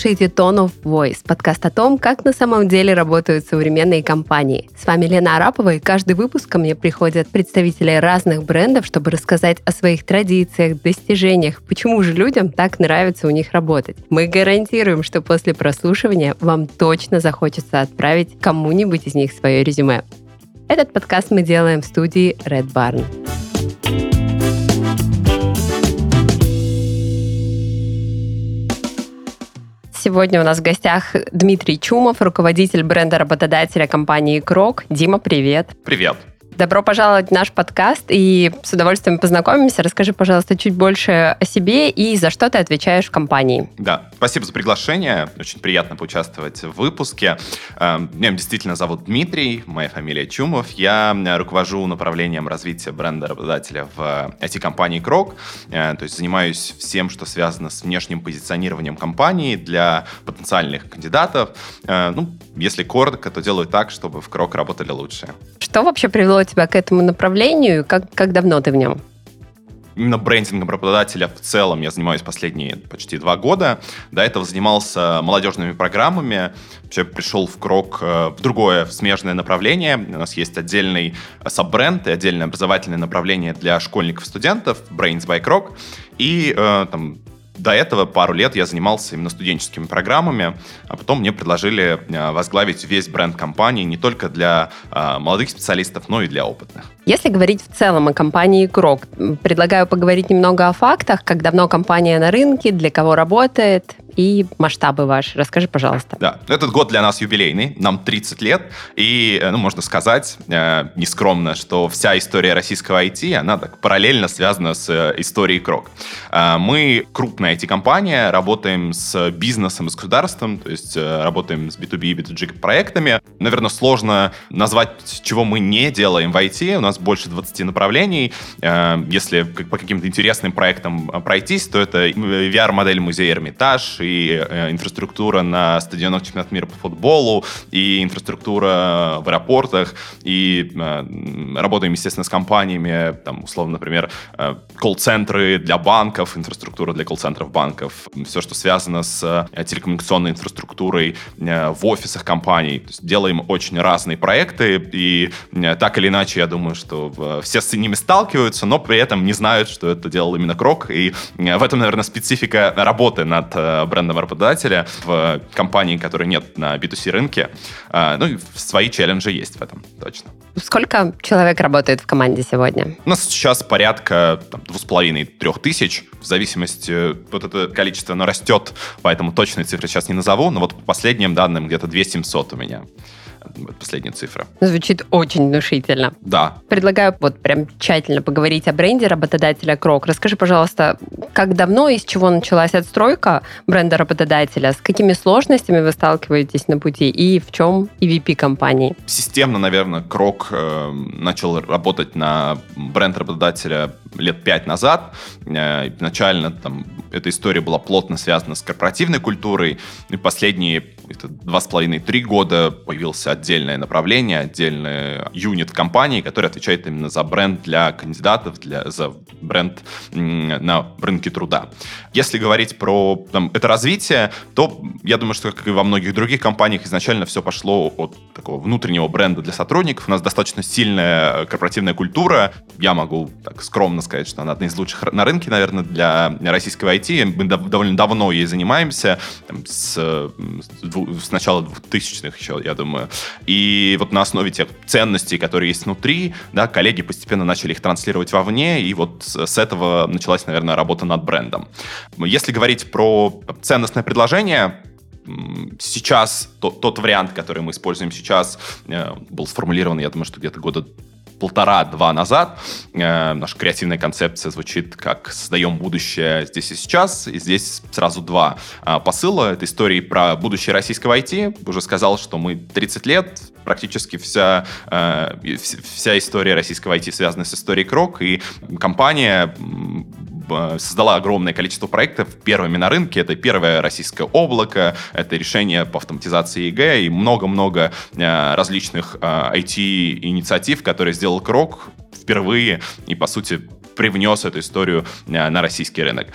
слушаете Tone of Voice, подкаст о том, как на самом деле работают современные компании. С вами Лена Арапова, и каждый выпуск ко мне приходят представители разных брендов, чтобы рассказать о своих традициях, достижениях, почему же людям так нравится у них работать. Мы гарантируем, что после прослушивания вам точно захочется отправить кому-нибудь из них свое резюме. Этот подкаст мы делаем в студии Red Barn. Сегодня у нас в гостях Дмитрий Чумов, руководитель бренда-работодателя компании Крок. Дима, привет. Привет. Добро пожаловать в наш подкаст, и с удовольствием познакомимся. Расскажи, пожалуйста, чуть больше о себе и за что ты отвечаешь в компании. Да, спасибо за приглашение. Очень приятно поучаствовать в выпуске. Меня действительно зовут Дмитрий, моя фамилия Чумов. Я руковожу направлением развития бренда-работодателя в IT-компании Крок. То есть занимаюсь всем, что связано с внешним позиционированием компании для потенциальных кандидатов. Если коротко, то делаю так, чтобы в Крок работали лучше. Что вообще привело тебя к этому направлению? Как давно ты в нем? Именно брендингом работодателя в целом я занимаюсь последние почти 2 года. До этого занимался молодежными программами. Вообще пришел в Крок в другое смежное направление. У нас есть отдельный саббренд и отдельное образовательное направление для школьников и студентов Brains by Крок. И до этого пару лет я занимался именно студенческими программами, а потом мне предложили возглавить весь бренд компании не только для молодых специалистов, но и для опытных. Если говорить в целом о компании Крок, предлагаю поговорить немного о фактах, как давно компания на рынке, для кого работает и масштабы ваши. Расскажи, пожалуйста. Да, этот год для нас юбилейный, нам 30 лет, и, можно сказать, нескромно, что вся история российского IT, она так параллельно связана с историей Крок. Мы крупная IT-компания, работаем с бизнесом и с государством, то есть работаем с B2B и B2G проектами. Наверное, сложно назвать, чего мы не делаем в IT, у нас больше 20 направлений. Если по каким-то интересным проектам пройтись, то это VR-модель музея Эрмитаж, и инфраструктура на стадионах чемпионата мира по футболу, и инфраструктура в аэропортах, и работаем, естественно, с компаниями, условно, например, колл-центры для банков, инфраструктура для колл-центров банков, все, что связано с телекоммуникационной инфраструктурой в офисах компаний. То есть делаем очень разные проекты, и так или иначе, я думаю, что все с ними сталкиваются, но при этом не знают, что это делал именно Крок, и в этом, наверное, специфика работы над брендом работодателя в компании, которой нет на B2C рынке. И свои челленджи есть в этом, точно. Сколько человек работает в команде сегодня? У нас сейчас порядка 2,5-3 тысяч. В зависимости, вот это количество, оно растет, поэтому точные цифры сейчас не назову, но вот по последним данным где-то 2700 у меня. Последняя цифра. Звучит очень внушительно. Да. Предлагаю прям тщательно поговорить о бренде работодателя Крок. Расскажи, пожалуйста, как давно и с чего началась отстройка бренда работодателя? С какими сложностями вы сталкиваетесь на пути? И в чем EVP компании? Системно, наверное, Крок начал работать на бренд работодателя лет 5 назад. Изначально эта история была плотно связана с корпоративной культурой. И последние 2,5-3 года появился отдельное направление, отдельный юнит в компании, который отвечает именно за бренд для кандидатов, за бренд на рынке труда. Если говорить про это развитие, то я думаю, что, как и во многих других компаниях, изначально все пошло от такого внутреннего бренда для сотрудников. У нас достаточно сильная корпоративная культура. Я могу так скромно сказать, что она одна из лучших на рынке, наверное, для российского IT. Мы довольно давно ей занимаемся, с начала 2000-х еще, я думаю. И вот на основе тех ценностей, которые есть внутри, коллеги постепенно начали их транслировать вовне, и вот с этого началась, наверное, работа над брендом. Если говорить про ценностное предложение, сейчас тот вариант, который мы используем сейчас, был сформулирован, я думаю, что где-то года 1,5-2 назад. Наша креативная концепция звучит как «Создаем будущее здесь и сейчас». И здесь сразу 2 посыла. Это истории про будущее российского IT. Уже сказал, что мы 30 лет, практически вся история российского IT связана с историей Крок. И компания создала огромное количество проектов первыми на рынке. Это первое российское облако, это решение по автоматизации ЕГЭ и много-много различных IT-инициатив, которые сделал Крок впервые и, по сути, привнес эту историю на российский рынок.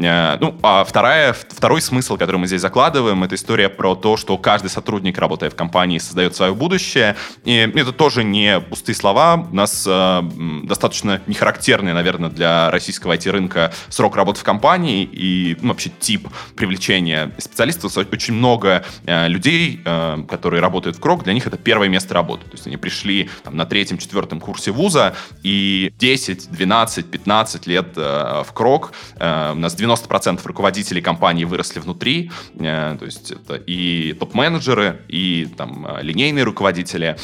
А второй смысл, который мы здесь закладываем, это история про то, что каждый сотрудник, работая в компании, создает свое будущее. И это тоже не пустые слова. У нас достаточно нехарактерный, наверное, для российского IT-рынка срок работы в компании и вообще тип привлечения специалистов. Очень много людей, которые работают в Крок, для них это первое место работы. То есть они пришли на 3-4 курсе вуза, и 10, 12, 15 лет в Крок. У нас 90% руководителей компании выросли внутри. То есть это и топ-менеджеры, и линейные руководители,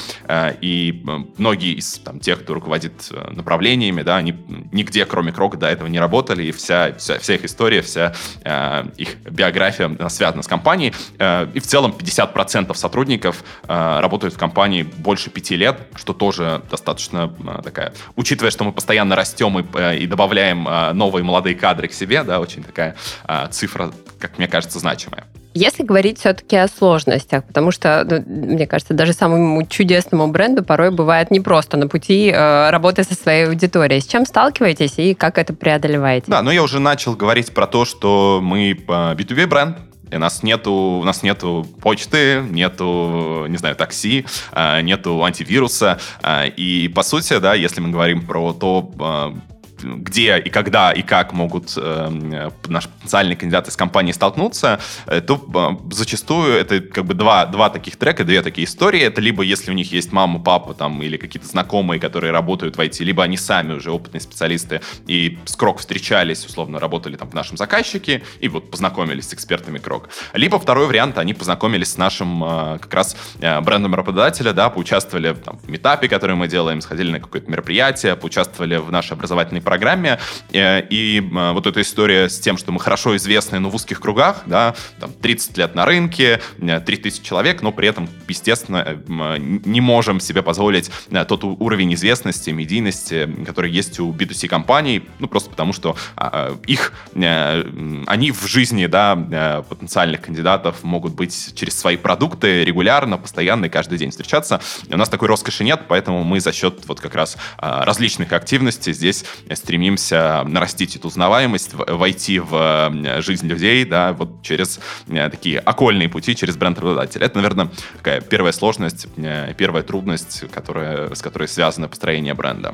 и многие из тех, кто руководит направлениями, да, они нигде, кроме Крока, до этого не работали, и вся их история, вся их биография связана с компанией. И в целом 50% сотрудников работают в компании больше 5 лет, что тоже достаточно такая... Учитывая, что мы постоянно растем и добавляем новые молодые кадры к себе, да, очень такая цифра, как мне кажется, значимая. Если говорить все-таки о сложностях, потому что, мне кажется, даже самому чудесному бренду порой бывает непросто на пути работы со своей аудиторией. С чем сталкиваетесь и как это преодолеваете? Да, я уже начал говорить про то, что мы B2B бренд. У нас нету почты, нету, не знаю, такси, нету антивируса. И, по сути, да, если мы говорим про то, где и когда и как могут наши потенциальные кандидаты с компанией столкнуться, то зачастую это два таких трека, две такие истории. Это либо если у них есть мама, папа или какие-то знакомые, которые работают в IT, либо они сами уже опытные специалисты и с Крок встречались, условно, работали в нашем заказчике и познакомились с экспертами Крок. Либо второй вариант, они познакомились с нашим как раз брендом работодателя, да, поучаствовали в митапе, который мы делаем, сходили на какое-то мероприятие, поучаствовали в нашей образовательной программе, и вот эта история с тем, что мы хорошо известны, в узких кругах, да, 30 лет на рынке, 3000 человек, но при этом, естественно, не можем себе позволить тот уровень известности, медийности, который есть у B2C компаний, просто потому что они в жизни, да, потенциальных кандидатов могут быть через свои продукты регулярно, постоянно и каждый день встречаться. У нас такой роскоши нет, поэтому мы за счет как раз различных активностей здесь стремимся нарастить эту узнаваемость, войти в жизнь людей, да, через такие окольные пути, через бренд-работодателя. Это, наверное, такая первая сложность, первая трудность, с которой связано построение бренда.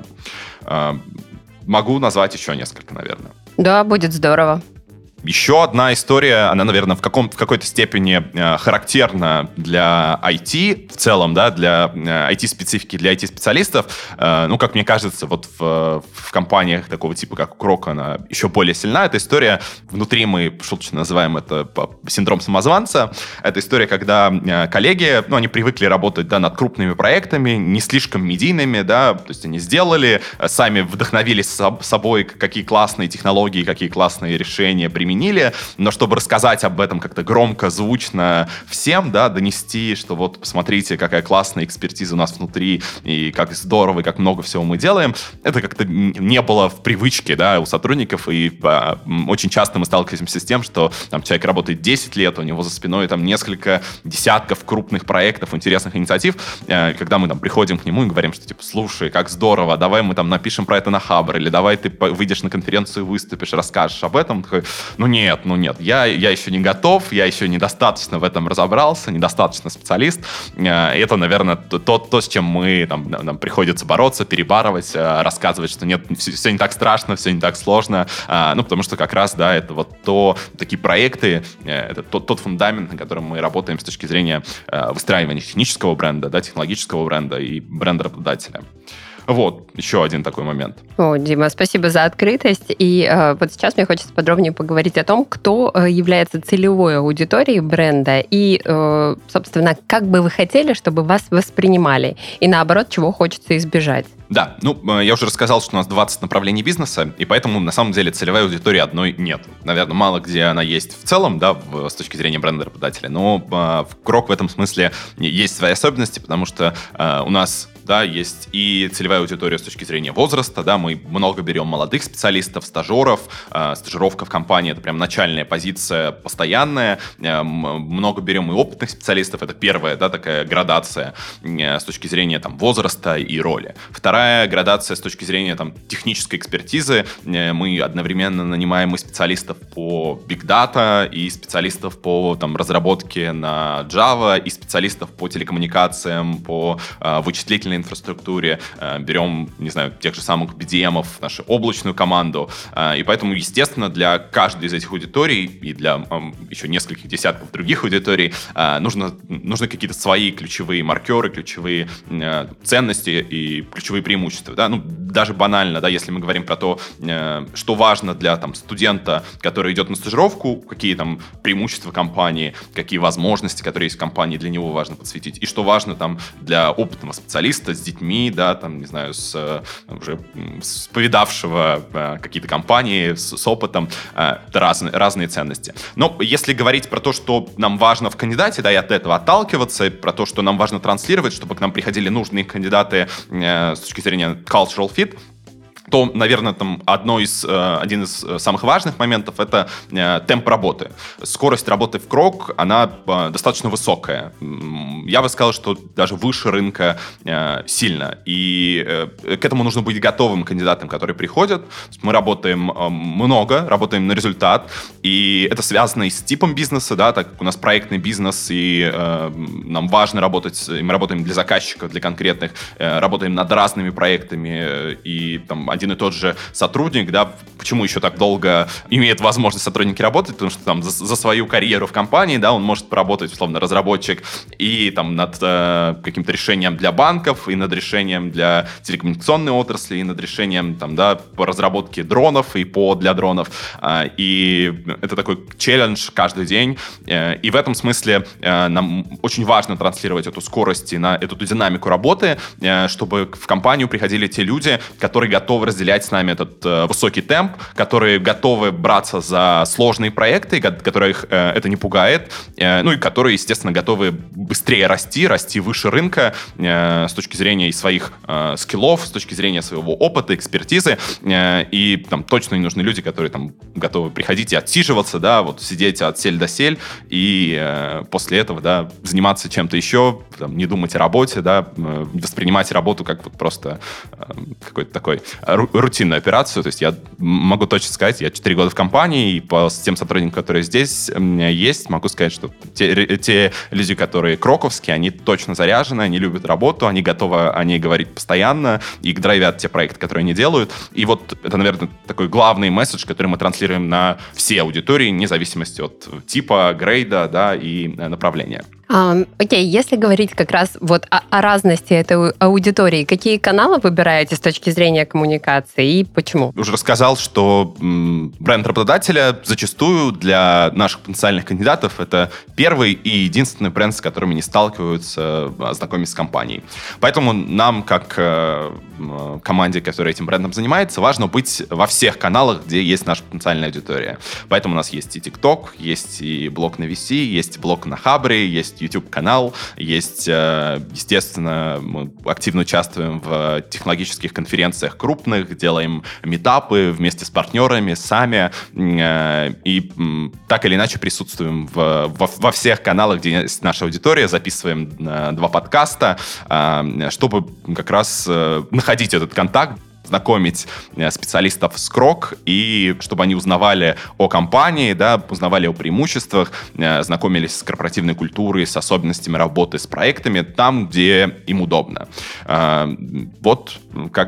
Могу назвать еще несколько, наверное. Да, будет здорово. Еще одна история, она, наверное, в какой-то степени характерна для IT в целом, да, для IT-специфики, для IT-специалистов. Как мне кажется, в компаниях такого типа, как у Крок, она еще более сильна. Эта история, внутри мы шуточно называем это синдром самозванца. Это история, когда коллеги, они привыкли работать, да, над крупными проектами, не слишком медийными, да, то есть они сделали, сами вдохновились собой, какие классные технологии, какие классные решения применили, но чтобы рассказать об этом как-то громко, звучно всем, да, донести, что посмотрите, какая классная экспертиза у нас внутри, и как здорово, и как много всего мы делаем, это как-то не было в привычке, да, у сотрудников, и очень часто мы сталкиваемся с тем, что человек работает 10 лет, у него за спиной несколько десятков крупных проектов, интересных инициатив, когда мы приходим к нему и говорим, что слушай, как здорово, давай мы напишем про это на Хабр, или давай ты выйдешь на конференцию, выступишь, расскажешь об этом, такой, нет, я еще не готов, я еще недостаточно в этом разобрался, недостаточно специалист. Это, наверное, то, с чем нам приходится бороться, перебарывать, рассказывать, что нет, все не так страшно, все не так сложно, потому что как раз, да, это такие проекты, это тот фундамент, на котором мы работаем с точки зрения выстраивания технического бренда, да, технологического бренда и бренда работодателя. Еще один такой момент. Дима, спасибо за открытость. И сейчас мне хочется подробнее поговорить о том, кто является целевой аудиторией бренда и, собственно, как бы вы хотели, чтобы вас воспринимали, и наоборот, чего хочется избежать. Да, я уже рассказал, что у нас 20 направлений бизнеса, и поэтому, на самом деле, целевой аудитории одной нет. Наверное, мало где она есть в целом, да, с точки зрения бренда работодателя, но в Крок в этом смысле есть свои особенности, потому что у нас да, есть и целевая аудитория с точки зрения возраста, да, мы много берем молодых специалистов, стажеров, стажировка в компании — это прям начальная позиция постоянная, много берем и опытных специалистов, это первая, да, такая градация с точки зрения там возраста и роли. Вторая градация с точки зрения там технической экспертизы, мы одновременно нанимаем и специалистов по Big Data, и специалистов по там разработке на Java, и специалистов по телекоммуникациям, по вычислительной инфраструктуре, берем, не знаю, тех же самых BDM-ов, нашу облачную команду, и поэтому, естественно, для каждой из этих аудиторий и для еще нескольких десятков других аудиторий нужны какие-то свои ключевые маркеры, ключевые ценности и ключевые преимущества, да, ну, даже банально, да, если мы говорим про то, что важно для там студента, который идет на стажировку, какие там преимущества компании, какие возможности, которые есть в компании, для него важно подсветить, и что важно там для опытного специалиста с детьми, да, там, не знаю, уже повидавшего какие-то компании с опытом, это разные ценности. Но если говорить про то, что нам важно в кандидате, да, и от этого отталкиваться, про то, что нам важно транслировать, чтобы к нам приходили нужные кандидаты с точки зрения cultural fit, то, наверное, там один из самых важных моментов — это темп работы. Скорость работы в Крок, она достаточно высокая. Я бы сказал, что даже выше рынка сильно. И к этому нужно быть готовым кандидатам, которые приходят. Мы работаем много, работаем на результат. И это связано и с типом бизнеса, да, так как у нас проектный бизнес, и нам важно работать, и мы работаем для заказчиков, для конкретных, работаем над разными проектами, и там один и тот же сотрудник, да, почему еще так долго имеет возможность сотрудники работать, потому что там за свою карьеру в компании, да, он может поработать, условно, разработчик и там над каким-то решением для банков, и над решением для телекоммуникационной отрасли, и над решением там, да, по разработке дронов и для дронов. И это такой челлендж каждый день. И в этом смысле нам очень важно транслировать эту скорость и эту динамику работы, чтобы в компанию приходили те люди, которые готовы разделять с нами этот высокий темп, которые готовы браться за сложные проекты, которых это не пугает, ну и которые, естественно, готовы быстрее расти выше рынка с точки зрения своих скиллов, с точки зрения своего опыта, экспертизы, и там точно не нужны люди, которые там готовы приходить и отсиживаться, да, вот сидеть от сель до сель, и после этого, да, заниматься чем-то еще, там, не думать о работе, да, воспринимать работу как вот просто какой-то такой рутинную операцию. То есть я могу точно сказать, я 4 года в компании, и по тем сотрудникам, которые здесь есть, могу сказать, что те люди, которые кроковские, они точно заряжены, они любят работу, они готовы о ней говорить постоянно, и драйвят те проекты, которые они делают. И вот это, наверное, такой главный месседж, который мы транслируем на все аудитории, вне зависимости от типа, грейда, да, и направления. Окей, если говорить как раз вот о разности этой аудитории, какие каналы выбираете с точки зрения коммуникации и почему? Уже рассказал, что бренд работодателя зачастую для наших потенциальных кандидатов это первый и единственный бренд, с которым они сталкиваются, знакомясь с компанией. Поэтому нам, как команде, которая этим брендом занимается, важно быть во всех каналах, где есть наша потенциальная аудитория. Поэтому у нас есть и TikTok, есть и блог на VC, есть блог на Хабре, есть YouTube-канал, есть, естественно, мы активно участвуем в технологических конференциях крупных, делаем митапы вместе с партнерами, сами, и так или иначе присутствуем во всех каналах, где есть наша аудитория, записываем 2 подкаста, чтобы как раз находить этот контакт, знакомить специалистов с Крок, и чтобы они узнавали о компании, да, узнавали о преимуществах, знакомились с корпоративной культурой, с особенностями работы с проектами там, где им удобно. Вот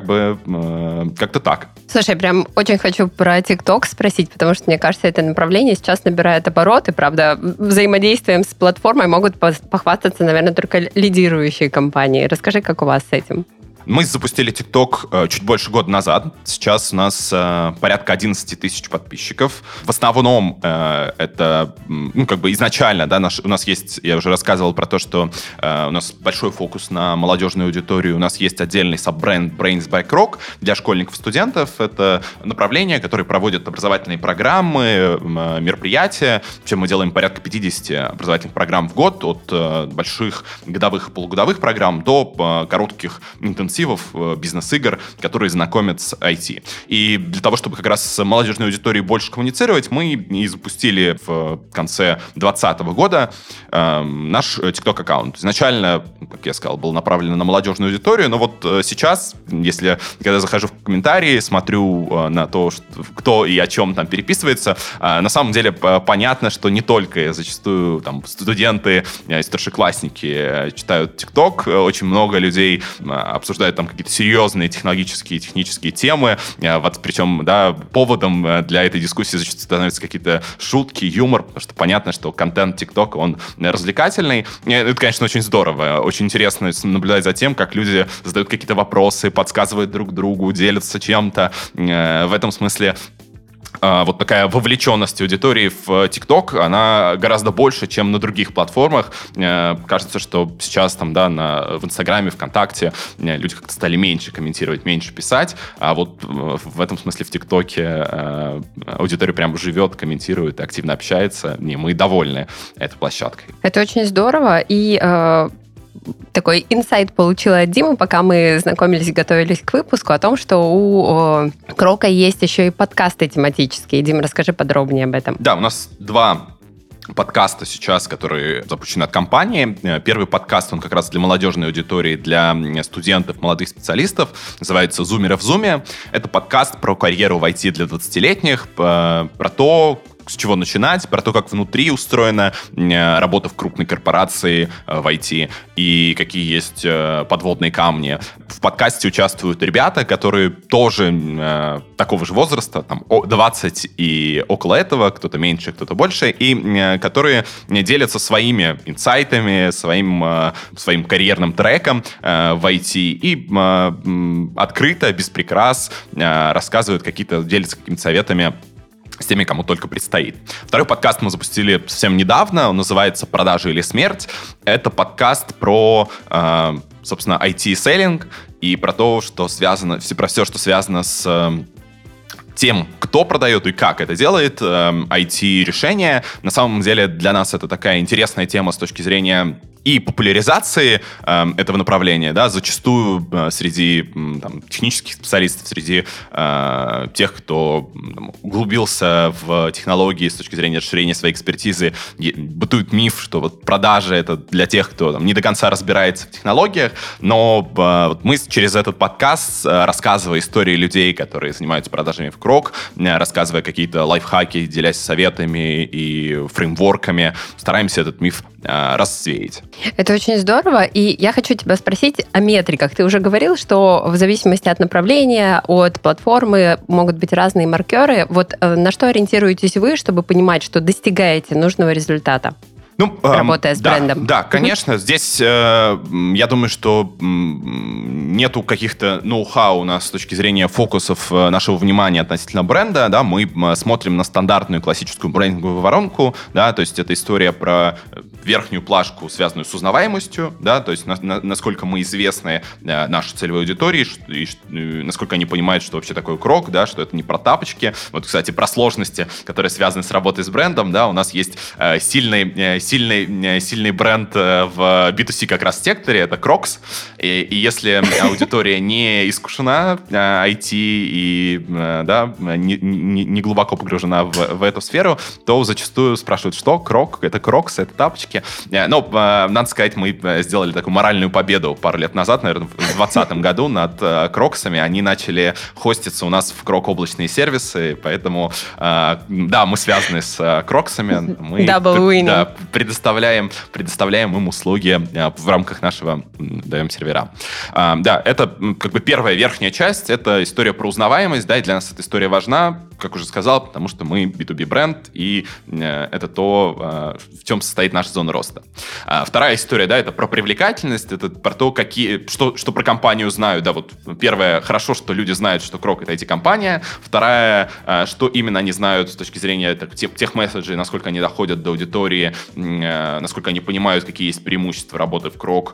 как-то так. Слушай, прям очень хочу про TikTok спросить, потому что, мне кажется, это направление сейчас набирает обороты. Правда, взаимодействием с платформой могут похвастаться, наверное, только лидирующие компании. Расскажи, как у вас с этим? Мы запустили TikTok чуть больше года назад. Сейчас у нас порядка 11 тысяч подписчиков. В основном это, изначально, да, у нас есть, я уже рассказывал про то, что у нас большой фокус на молодежную аудиторию. У нас есть отдельный саббренд Brains by Kroc для школьников и студентов. Это направление, которое проводит образовательные программы, мероприятия. Вообще мы делаем порядка 50 образовательных программ в год, от больших годовых и полугодовых программ до коротких интенсивов, бизнес-игр, которые знакомят с IT. И для того, чтобы как раз с молодежной аудиторией больше коммуницировать, мы и запустили в конце 2020 года наш TikTok-аккаунт. Изначально, как я сказал, был направлен на молодежную аудиторию, но вот сейчас, когда захожу в комментарии, смотрю на то, кто и о чем там переписывается, на самом деле понятно, что не только зачастую там студенты и старшеклассники читают TikTok, очень много людей обсуждают там какие-то серьезные технологические, технические темы, причем, да, поводом для этой дискуссии зачастую становятся какие-то шутки, юмор, потому что понятно, что контент TikTok, он развлекательный. Это, конечно, очень здорово, очень интересно наблюдать за тем, как люди задают какие-то вопросы, подсказывают друг другу, делятся чем-то. В этом смысле вот такая вовлеченность аудитории в TikTok, она гораздо больше, чем на других платформах. Кажется, что сейчас там, да, в Инстаграме, ВКонтакте люди как-то стали меньше комментировать, меньше писать, а вот в этом смысле в ТикТоке аудитория прям живет, комментирует, активно общается, и мы довольны этой площадкой. Это очень здорово, и такой инсайт получила от Димы, пока мы знакомились и готовились к выпуску, о том, что у Крока есть еще и подкасты тематические. Дима, расскажи подробнее об этом. Да, у нас 2 подкаста сейчас, которые запущены от компании. Первый подкаст, он как раз для молодежной аудитории, для студентов, молодых специалистов. Называется «Зумеры в Зуме». Это подкаст про карьеру в IT для 20-летних, про то, с чего начинать, про то, как внутри устроена работа в крупной корпорации в IT и какие есть подводные камни. В подкасте участвуют ребята, которые тоже такого же возраста, там 20 и около этого, кто-то меньше, кто-то больше, и которые делятся своими инсайтами, своим карьерным треком в IT и открыто, без прикрас рассказывают делятся какими-то советами с теми, кому только предстоит. Второй подкаст мы запустили совсем недавно, он называется «Продажи или смерть». Это подкаст про, собственно, IT-селлинг и про то, про все, что связано с тем, кто продает и как это делает, IT-решения. На самом деле для нас это такая интересная тема с точки зрения и популяризации этого направления, да, зачастую среди технических специалистов, среди тех, кто углубился в технологии с точки зрения расширения своей экспертизы, бытует миф, что вот продажи — это для тех, кто не до конца разбирается в технологиях, но вот мы через этот подкаст, рассказывая истории людей, которые занимаются продажами в Kroc, рассказывая какие-то лайфхаки, делясь советами и фреймворками, стараемся этот миф развеять. Это очень здорово, и я хочу тебя спросить о метриках. Ты уже говорил, что в зависимости от направления, от платформы могут быть разные маркеры. Вот на что ориентируетесь вы, чтобы понимать, что достигаете нужного результата? Работая с брендом. Да, конечно. Здесь, я думаю, что нету каких-то ноу-хау у нас с точки зрения фокусов нашего внимания относительно бренда. Да, мы смотрим на стандартную классическую брендинговую воронку. Да, то есть это история про верхнюю плашку, связанную с узнаваемостью. Да, то есть насколько мы известны нашей целевой аудитории, и насколько они понимают, что вообще такое Kroc, да, что это не про тапочки. Вот, кстати, про сложности, которые связаны с работой с брендом. Да, у нас есть сильный бренд в B2C как раз секторе, это Crocs. И если аудитория не искушена IT и не глубоко погружена в эту сферу, то зачастую спрашивают, что Kroc? Это Crocs, это тапочки. Но, надо сказать, мы сделали такую моральную победу пару лет назад, наверное, в 2020 году над Crocs'ами. Они начали хоститься у нас в Kroc облачные сервисы, поэтому, да, мы связаны с Crocs'ами. Мы предоставляем им услуги в рамках нашего, даем сервера. Да, это как бы первая верхняя часть, это история про узнаваемость, да, и для нас эта история важна. как уже сказал, потому что мы B2B бренд, и это то, в чем состоит наша зона роста. Вторая история, да, это про привлекательность, это про то, что про компанию знают, да, вот первое, хорошо, что люди знают, что Крок — это IT-компания, вторая, что именно они знают с точки зрения тех месседжей, насколько они доходят до аудитории, насколько они понимают, какие есть преимущества работы в Крок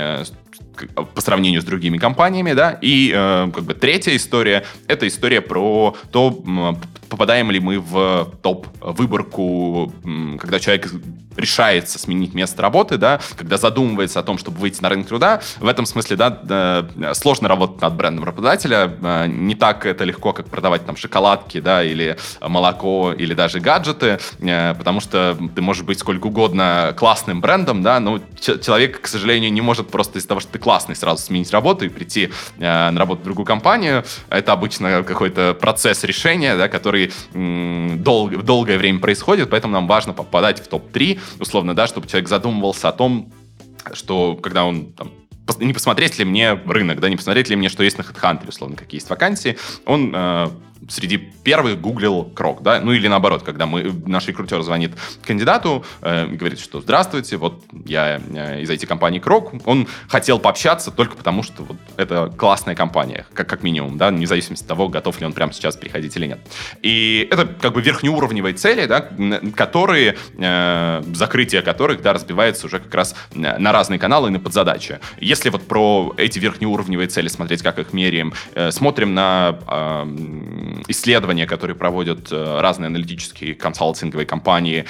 по сравнению с другими компаниями, да, и как бы третья история — это история про то, попадаем ли мы в топ-выборку, когда человек решается сменить место работы, да, когда задумывается о том, чтобы выйти на рынок труда. В этом смысле, да, сложно работать над брендом работодателя. Не так это легко, как продавать там шоколадки, да, или молоко, или даже гаджеты, потому что ты можешь быть сколько угодно классным брендом, да, но человек, к сожалению, не может просто из-за того, что ты классный, сразу сменить работу и прийти на работу в другую компанию. Это обычно какой-то процесс решения, да, который долгое время происходит, поэтому нам важно попадать в топ-3, условно, да, чтобы человек задумывался о том, что когда он там, не посмотреть ли мне рынок, да, не посмотреть ли мне, что есть на HeadHunter, условно, какие есть вакансии, он среди первых гуглил Крок, да, ну или наоборот, когда наш рекрутер звонит кандидату, говорит, что здравствуйте, вот я из IT-компании Крок, он хотел пообщаться только потому, что вот это классная компания, как минимум, да, вне зависимости от того, готов ли он прямо сейчас приходить или нет. И это как бы верхнеуровневые цели, да, которые, закрытие которых, да, разбивается уже как раз на разные каналы и на подзадачи. Если вот про эти верхнеуровневые цели смотреть, как их меряем, смотрим на исследования, которые проводят разные аналитические консалтинговые компании.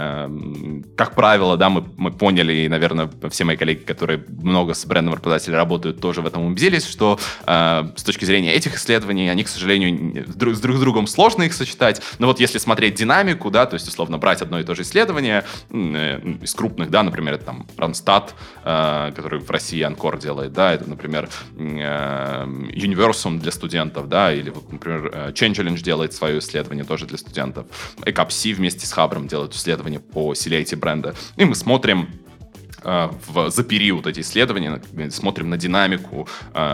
Как правило, да, мы поняли, и, наверное, все мои коллеги, которые много с брендом работодателя работают, тоже в этом убедились, что с точки зрения этих исследований, они, к сожалению, друг с другом сложно их сочетать. Но вот если смотреть динамику, да, то есть, условно, брать одно и то же исследование из крупных, да, например, это там Randstad, который в России Анкор делает, да, это, например, Universum для студентов, да, или, вот, например, Change Challenge делает свое исследование тоже для студентов. ECAPC вместе с Хабром делают исследование по силе IT-бренда. И мы смотрим за период эти исследования, смотрим на динамику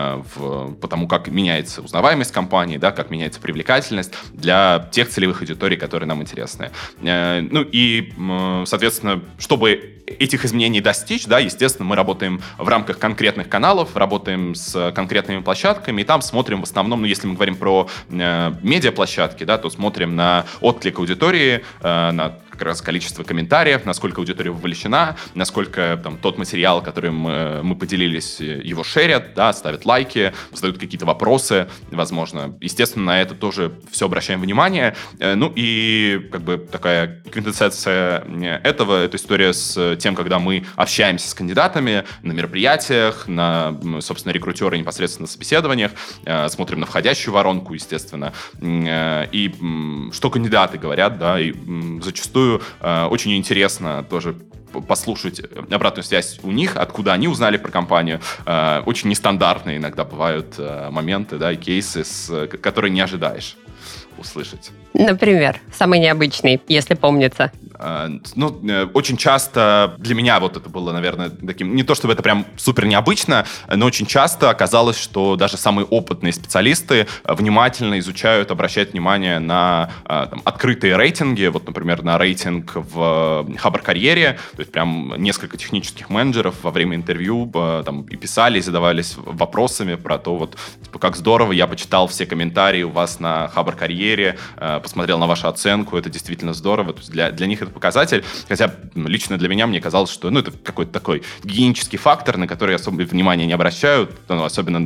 по тому, как меняется узнаваемость компании, да, как меняется привлекательность для тех целевых аудиторий, которые нам интересны. Ну и, соответственно, чтобы этих изменений достичь, да, естественно, мы работаем в рамках конкретных каналов, работаем с конкретными площадками, и там смотрим в основном, ну, если мы говорим про медиаплощадки, да, то смотрим на отклик аудитории, на как раз количество комментариев, насколько аудитория вовлечена, насколько там, тот материал, которым мы поделились, его шерят, да, ставят лайки, задают какие-то вопросы, возможно. Естественно, на это тоже все обращаем внимание. Ну и как бы такая квинтэссенция этого, это история с тем, когда мы общаемся с кандидатами на мероприятиях, на, собственно, рекрутеры непосредственно на собеседованиях, смотрим на входящую воронку, естественно, и что кандидаты говорят, да, и зачастую очень интересно тоже послушать обратную связь у них, откуда они узнали про компанию. Очень нестандартные иногда бывают моменты, да, и кейсы, которые не ожидаешь услышать. Например, самый необычный, если помнится. Ну, очень часто для меня вот это было, наверное, таким... Не то, чтобы это прям супер необычно, но очень часто оказалось, что даже самые опытные специалисты внимательно изучают, обращают внимание на там, открытые рейтинги. Вот, например, на рейтинг в Хабр-карьере. То есть прям несколько технических менеджеров во время интервью там и писали, и задавались вопросами про то, вот, типа, как здорово, я почитал все комментарии у вас на Хабр-карьере, посмотрел на вашу оценку, это действительно здорово. То есть для них это показатель, хотя лично для меня мне казалось, что это какой-то такой гигиенический фактор, на который особо внимания не обращают, особенно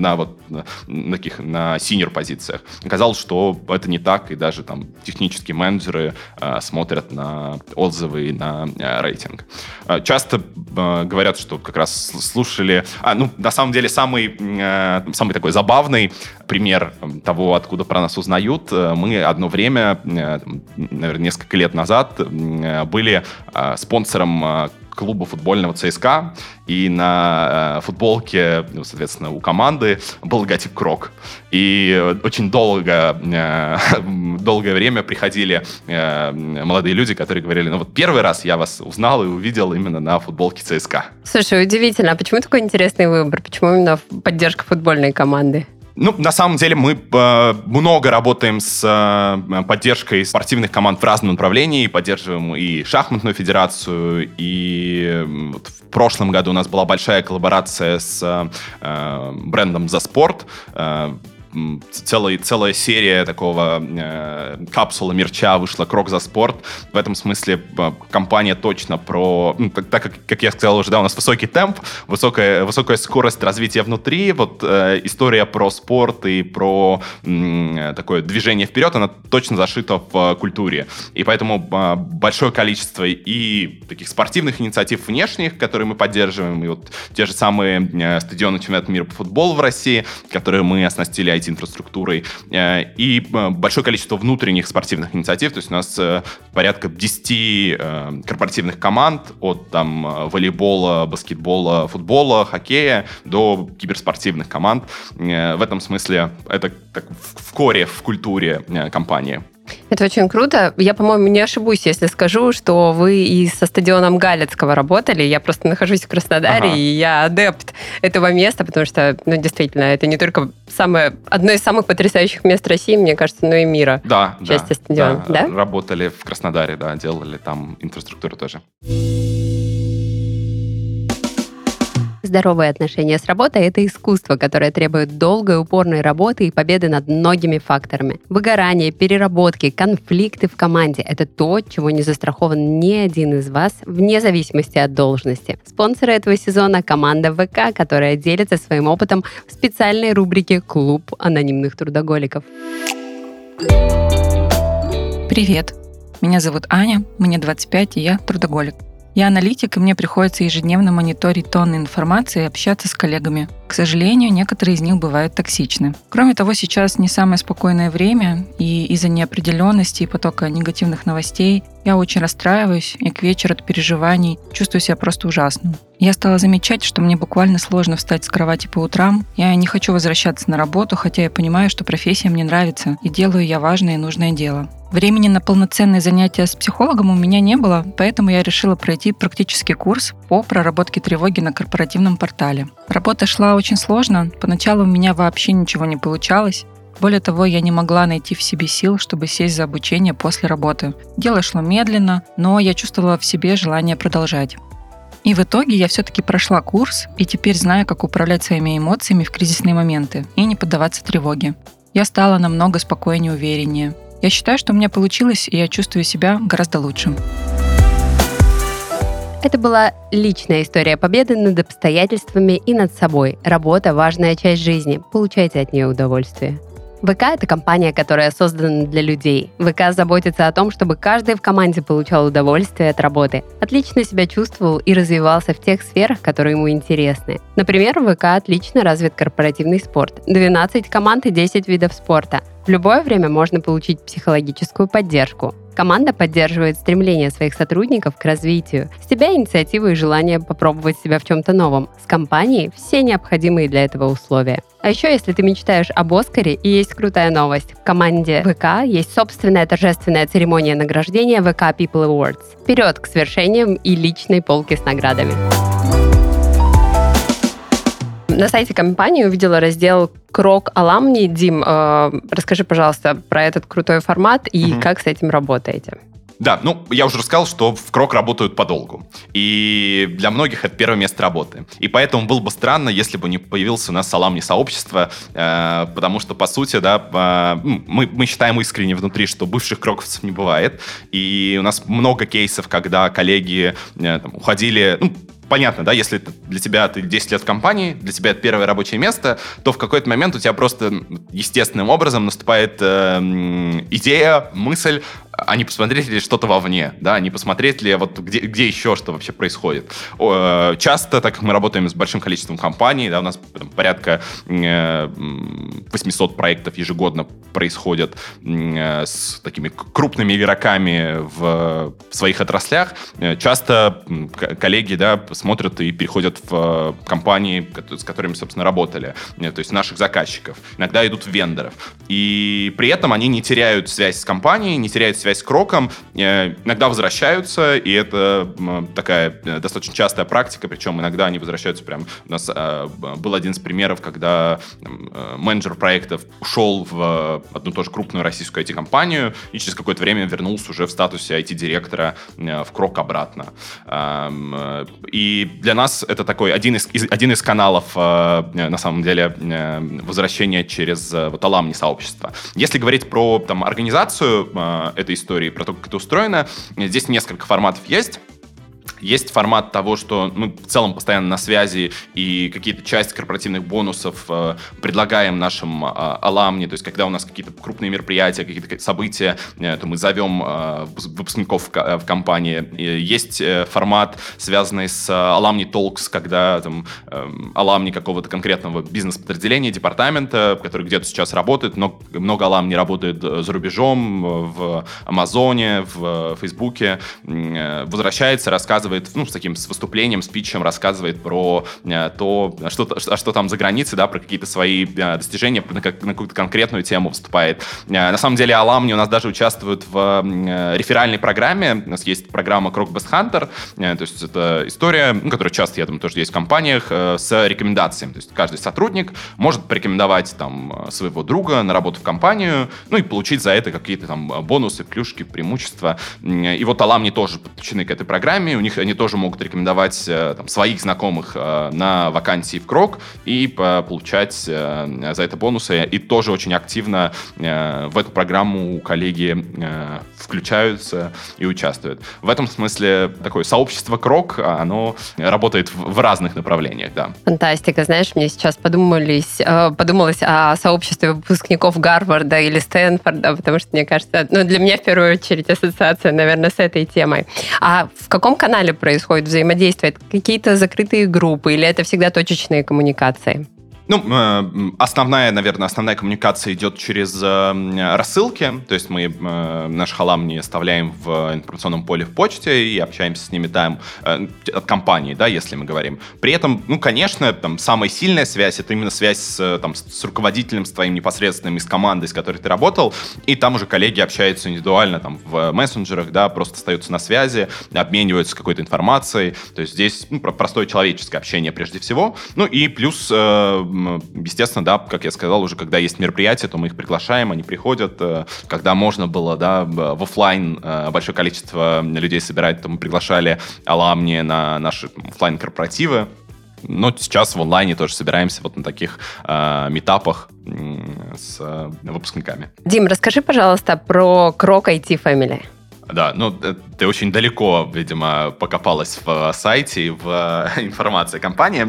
на таких, на синьор позициях. Оказалось, что это не так, и даже там технические менеджеры смотрят на отзывы и на рейтинг. Часто говорят, что как раз слушали... на самом деле, самый такой забавный пример того, откуда про нас узнают. Мы одно время, наверное, несколько лет назад, были спонсором клуба футбольного ЦСКА, и на футболке, соответственно, у команды был логотип Крок. И очень долгое время приходили молодые люди, которые говорили, вот первый раз я вас узнал и увидел именно на футболке ЦСКА. Слушай, удивительно, а почему такой интересный выбор? Почему именно поддержка футбольной команды? На самом деле мы много работаем с поддержкой спортивных команд в разном направлении, поддерживаем и шахматную федерацию, и вот в прошлом году у нас была большая коллаборация с брендом «За спорт», целая серия такого капсула мерча вышла «Крок за спорт». В этом смысле компания точно про... так как я сказал уже, да, у нас высокий темп, высокая скорость развития внутри. Вот история про спорт и про такое движение вперед, она точно зашита в культуре. И поэтому большое количество и таких спортивных инициатив внешних, которые мы поддерживаем, и вот те же самые стадионы чемпионата мира по футболу в России, которые мы оснастили IT-инфраструктурой, и большое количество внутренних спортивных инициатив. То есть у нас порядка 10 корпоративных команд от волейбола, баскетбола, футбола, хоккея до киберспортивных команд. В этом смысле это так в коре, в культуре компании. Это очень круто. Я, по-моему, не ошибусь, если скажу, что вы и со стадионом Галицкого работали. Я просто нахожусь в Краснодаре, и я адепт этого места, потому что, действительно, это не только одно из самых потрясающих мест России, мне кажется, но и мира. Да, стадиона. Да, работали в Краснодаре, да, делали там инфраструктуру тоже. Здоровые отношения с работой – это искусство, которое требует долгой, упорной работы и победы над многими факторами. Выгорание, переработки, конфликты в команде – это то, чего не застрахован ни один из вас, вне зависимости от должности. Спонсоры этого сезона – команда ВК, которая делится своим опытом в специальной рубрике «Клуб анонимных трудоголиков». Привет, меня зовут Аня, мне 25, и я трудоголик. Я аналитик, и мне приходится ежедневно мониторить тонны информации и общаться с коллегами. К сожалению, некоторые из них бывают токсичны. Кроме того, сейчас не самое спокойное время, и из-за неопределенности и потока негативных новостей я очень расстраиваюсь, и к вечеру от переживаний чувствую себя просто ужасно. Я стала замечать, что мне буквально сложно встать с кровати по утрам. Я не хочу возвращаться на работу, хотя я понимаю, что профессия мне нравится, и делаю я важное и нужное дело. Времени на полноценные занятия с психологом у меня не было, поэтому я решила пройти практический курс по проработке тревоги на корпоративном портале. Работа шла очень сложно, поначалу у меня вообще ничего не получалось. Более того, я не могла найти в себе сил, чтобы сесть за обучение после работы. Дело шло медленно, но я чувствовала в себе желание продолжать. И в итоге я все-таки прошла курс и теперь знаю, как управлять своими эмоциями в кризисные моменты и не поддаваться тревоге. Я стала намного спокойнее и увереннее. Я считаю, что у меня получилось, и я чувствую себя гораздо лучше. Это была личная история победы над обстоятельствами и над собой. Работа – важная часть жизни. Получайте от нее удовольствие. ВК – это компания, которая создана для людей. ВК заботится о том, чтобы каждый в команде получал удовольствие от работы, отлично себя чувствовал и развивался в тех сферах, которые ему интересны. Например, в ВК отлично развит корпоративный спорт. 12 команд и 10 видов спорта. В любое время можно получить психологическую поддержку. Команда поддерживает стремление своих сотрудников к развитию. С тебя инициатива и желание попробовать себя в чем-то новом. С компанией все необходимые для этого условия. А еще, если ты мечтаешь об Оскаре, и есть крутая новость. В команде ВК есть собственная торжественная церемония награждения ВК People Awards. Вперед к свершениям и личной полке с наградами. На сайте компании увидела раздел «Крок Аламни». Дим, расскажи, пожалуйста, про этот крутой формат и как с этим работаете. Да, я уже рассказал, что в Крок работают подолгу. И для многих это первое место работы. И поэтому было бы странно, если бы не появился у нас аламни-сообщество, потому что, по сути, да, мы считаем искренне внутри, что бывших кроковцев не бывает. И у нас много кейсов, когда коллеги уходили... Понятно, да, если для тебя ты 10 лет в компании, для тебя это первое рабочее место, то в какой-то момент у тебя просто естественным образом наступает идея, мысль, а не посмотреть ли что-то вовне, да, не посмотреть ли где еще что вообще происходит. Часто, так как мы работаем с большим количеством компаний, да, у нас порядка 800 проектов ежегодно происходят с такими крупными игроками в своих отраслях, часто коллеги, да, смотрят и переходят в компании, с которыми, собственно, работали, то есть наших заказчиков. Иногда идут в вендоров. И при этом они не теряют связь с компанией, не теряют связь связь с Кроком, иногда возвращаются, и это такая достаточно частая практика, причем иногда они возвращаются прям... У нас был один из примеров, когда менеджер проектов ушел в одну тоже крупную российскую IT-компанию и через какое-то время вернулся уже в статусе IT-директора в Крок обратно. И для нас это такой один из каналов, на самом деле, возвращения через вот аламни сообщества. Если говорить про там, организацию этой истории, про то, как это устроено, здесь несколько форматов есть. Есть формат того, что мы в целом постоянно на связи и какие-то части корпоративных бонусов предлагаем нашим аламни, то есть когда у нас какие-то крупные мероприятия, какие-то события, то мы зовем выпускников в компании. Есть формат, связанный с Alumni Talks, когда там, аламни какого-то конкретного бизнес-подразделения, департамента, который где-то сейчас работает, но много аламни работает за рубежом, в Амазоне, в Фейсбуке, возвращается, рассказывает, с выступлением, спичем рассказывает про то, что там за границей, да, про какие-то свои достижения, на какую-то конкретную тему выступает. На самом деле, аламни у нас даже участвуют в реферальной программе. У нас есть программа Крок Best Hunter, то есть это история, которая часто, я думаю, тоже есть в компаниях, с рекомендациями. То есть каждый сотрудник может порекомендовать там своего друга на работу в компанию, и получить за это какие-то там бонусы, плюшки, преимущества. И вот аламни тоже подключены к этой программе, у них они тоже могут рекомендовать там, своих знакомых на вакансии в Крок и получать за это бонусы. И тоже очень активно в эту программу коллеги включаются и участвуют. В этом смысле такое сообщество Крок, оно работает в разных направлениях, да. Фантастика. Знаешь, мне сейчас подумалось о сообществе выпускников Гарварда или Стэнфорда, потому что, мне кажется, для меня в первую очередь ассоциация, наверное, с этой темой. А в каком канале происходит взаимодействие? Это какие-то закрытые группы или это всегда точечные коммуникации? Основная коммуникация идет через рассылки, то есть мы наших аламни оставляем в информационном поле в почте и общаемся с ними там от компании, да, если мы говорим. При этом, конечно, там самая сильная связь — это именно связь с руководителем, с твоим непосредственным, из команды, с которой ты работал, и там уже коллеги общаются индивидуально там в мессенджерах, да, просто остаются на связи, обмениваются какой-то информацией, то есть здесь простое человеческое общение прежде всего, и плюс естественно, да, как я сказал, уже когда есть мероприятия, то мы их приглашаем, они приходят. Когда можно было, да, в офлайн большое количество людей собирать, то мы приглашали аламни на наши офлайн-корпоративы. Но сейчас в онлайне тоже собираемся вот на таких митапах с выпускниками. Дим, расскажи, пожалуйста, про Крок IT Family. Да, ты очень далеко, видимо, покопалась в сайте, в информации о компании.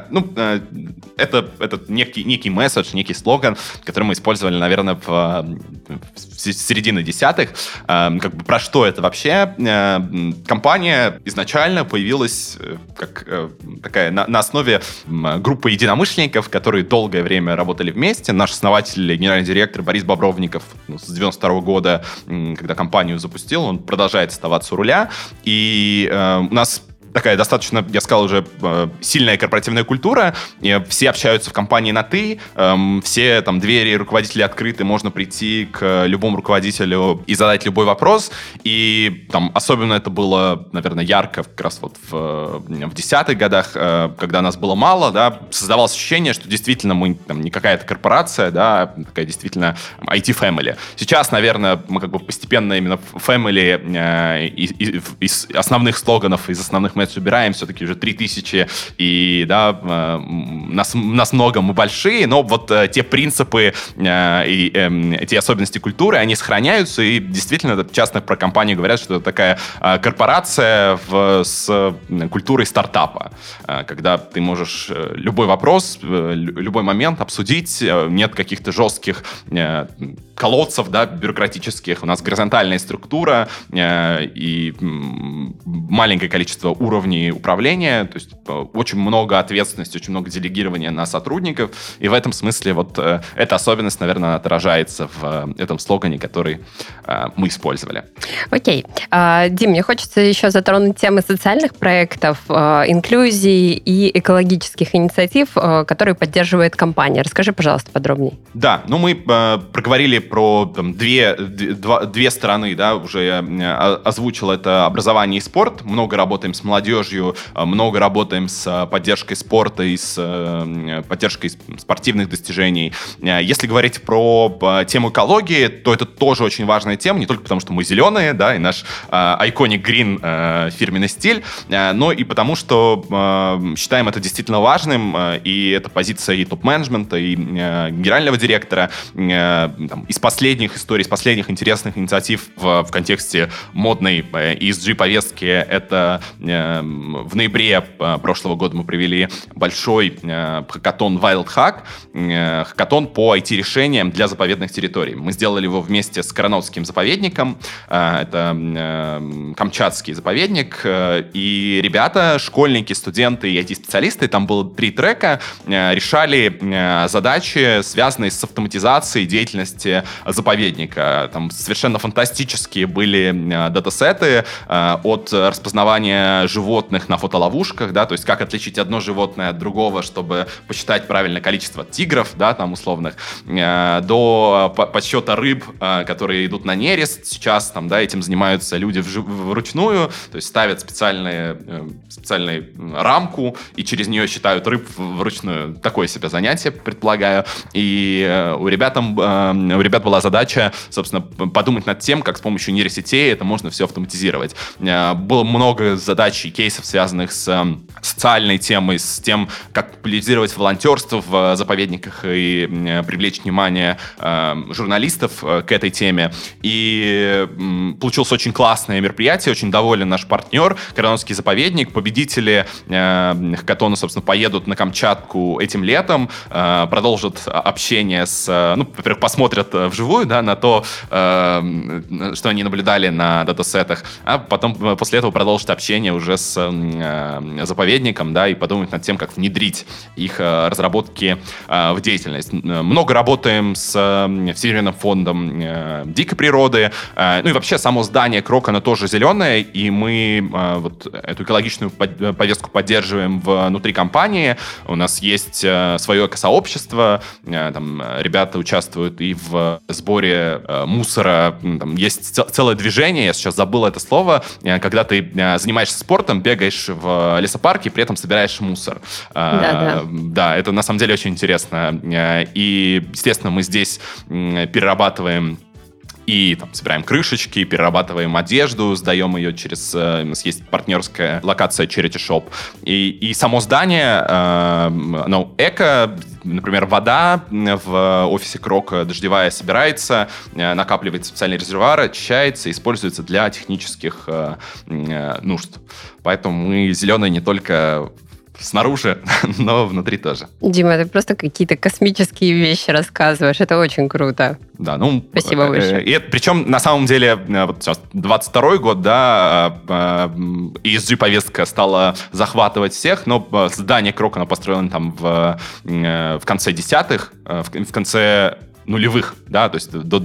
Это некий месседж, некий слоган, который мы использовали, наверное, в середине десятых. Про что это вообще? Компания изначально появилась как такая на основе группы единомышленников, которые долгое время работали вместе. Наш основатель, генеральный директор Борис Бобровников с 92 года, когда компанию запустил, он продолжает оставаться у руля. И у нас такая достаточно, я сказал уже, сильная корпоративная культура. Все общаются в компании на «ты». Все там двери руководителей открыты. Можно прийти к любому руководителю и задать любой вопрос. И там особенно это было, наверное, ярко как раз вот в 10-х годах, когда нас было мало, да, создавалось ощущение, что действительно мы там не какая-то корпорация, да, такая действительно IT-family. Сейчас, наверное, мы как бы постепенно именно family из основных слоганов, из основных месседжей убираем, все-таки уже 3000, и да, нас много, мы большие, но вот те принципы и эти особенности культуры, они сохраняются, и действительно часто про компанию говорят, что это такая корпорация с культурой стартапа, когда ты можешь любой вопрос, любой момент обсудить, нет каких-то жестких колодцев, да, бюрократических, у нас горизонтальная структура и маленькое количество уровни управления, то есть очень много ответственности, очень много делегирования на сотрудников, и в этом смысле вот эта особенность, наверное, отражается в этом слогане, который мы использовали. Окей. Дим, мне хочется еще затронуть темы социальных проектов, инклюзии и экологических инициатив, которые поддерживает компания. Расскажи, пожалуйста, подробнее. Да, мы проговорили про две стороны, да, уже я озвучил это образование и спорт. Много работаем с молодежью, много работаем с поддержкой спорта и с поддержкой спортивных достижений. Если говорить про тему экологии, то это тоже очень важная тема, не только потому, что мы зеленые, да, и наш Iconic Green фирменный стиль, но и потому, что считаем это действительно важным, и это позиция и топ-менеджмента, и генерального директора. Из последних историй, из последних интересных инициатив в контексте модной ESG-повестки, это в ноябре прошлого года мы провели большой хакатон Wild Hack, хакатон по IT-решениям для заповедных территорий. Мы сделали его вместе с Коронотским заповедником, это Камчатский заповедник, и ребята, школьники, студенты и IT-специалисты, там было 3 трека, решали задачи, связанные с автоматизацией деятельности заповедника. Там совершенно фантастические были датасеты от распознавания животных на фотоловушках, да, то есть как отличить одно животное от другого, чтобы посчитать правильное количество тигров, да, там условных, до подсчета рыб, которые идут на нерест. Сейчас там, да, этим занимаются люди вручную, то есть ставят специальную рамку и через нее считают рыб вручную. Такое себе занятие, предполагаю. И у ребят была задача, собственно, подумать над тем, как с помощью нейросетей это можно все автоматизировать. Было много задач и кейсов, связанных с социальной темой, с тем, как популяризировать волонтерство в заповедниках и привлечь внимание журналистов к этой теме. И получилось очень классное мероприятие, очень доволен наш партнер, Коронотский заповедник. Победители хакатона, собственно, поедут на Камчатку этим летом, продолжат общение во-первых, посмотрят вживую, да, на то, что они наблюдали на датасетах, а потом после этого продолжат общение уже с заповедником, да, и подумать над тем, как внедрить их разработки в деятельность. Много работаем с Всемирным фондом дикой природы, и вообще само здание Крок, оно тоже зеленое, и мы вот эту экологичную повестку поддерживаем внутри компании. У нас есть свое экосообщество, там ребята участвуют и в сборе мусора, там есть целое движение, я сейчас забыл это слово, когда ты занимаешься спортом, бегаешь в лесопарке, при этом собираешь мусор. Да, это на самом деле очень интересно. И, естественно, мы здесь перерабатываем и там собираем крышечки, перерабатываем одежду, сдаем ее через... У нас есть партнерская локация Charity Shop. И само здание, оно эко. Например, вода в офисе Крок дождевая собирается, накапливается в специальный резервуар, очищается, используется для технических нужд. Поэтому мы зеленые не только снаружи, но внутри тоже. Дима, ты просто какие-то космические вещи рассказываешь. Это очень круто. Да, спасибо большое. Причем, на самом деле, вот сейчас 22-й год, да, ESG-повестка стала захватывать всех, но здание Крок, оно построено там в конце десятых, в конце нулевых, да, то есть до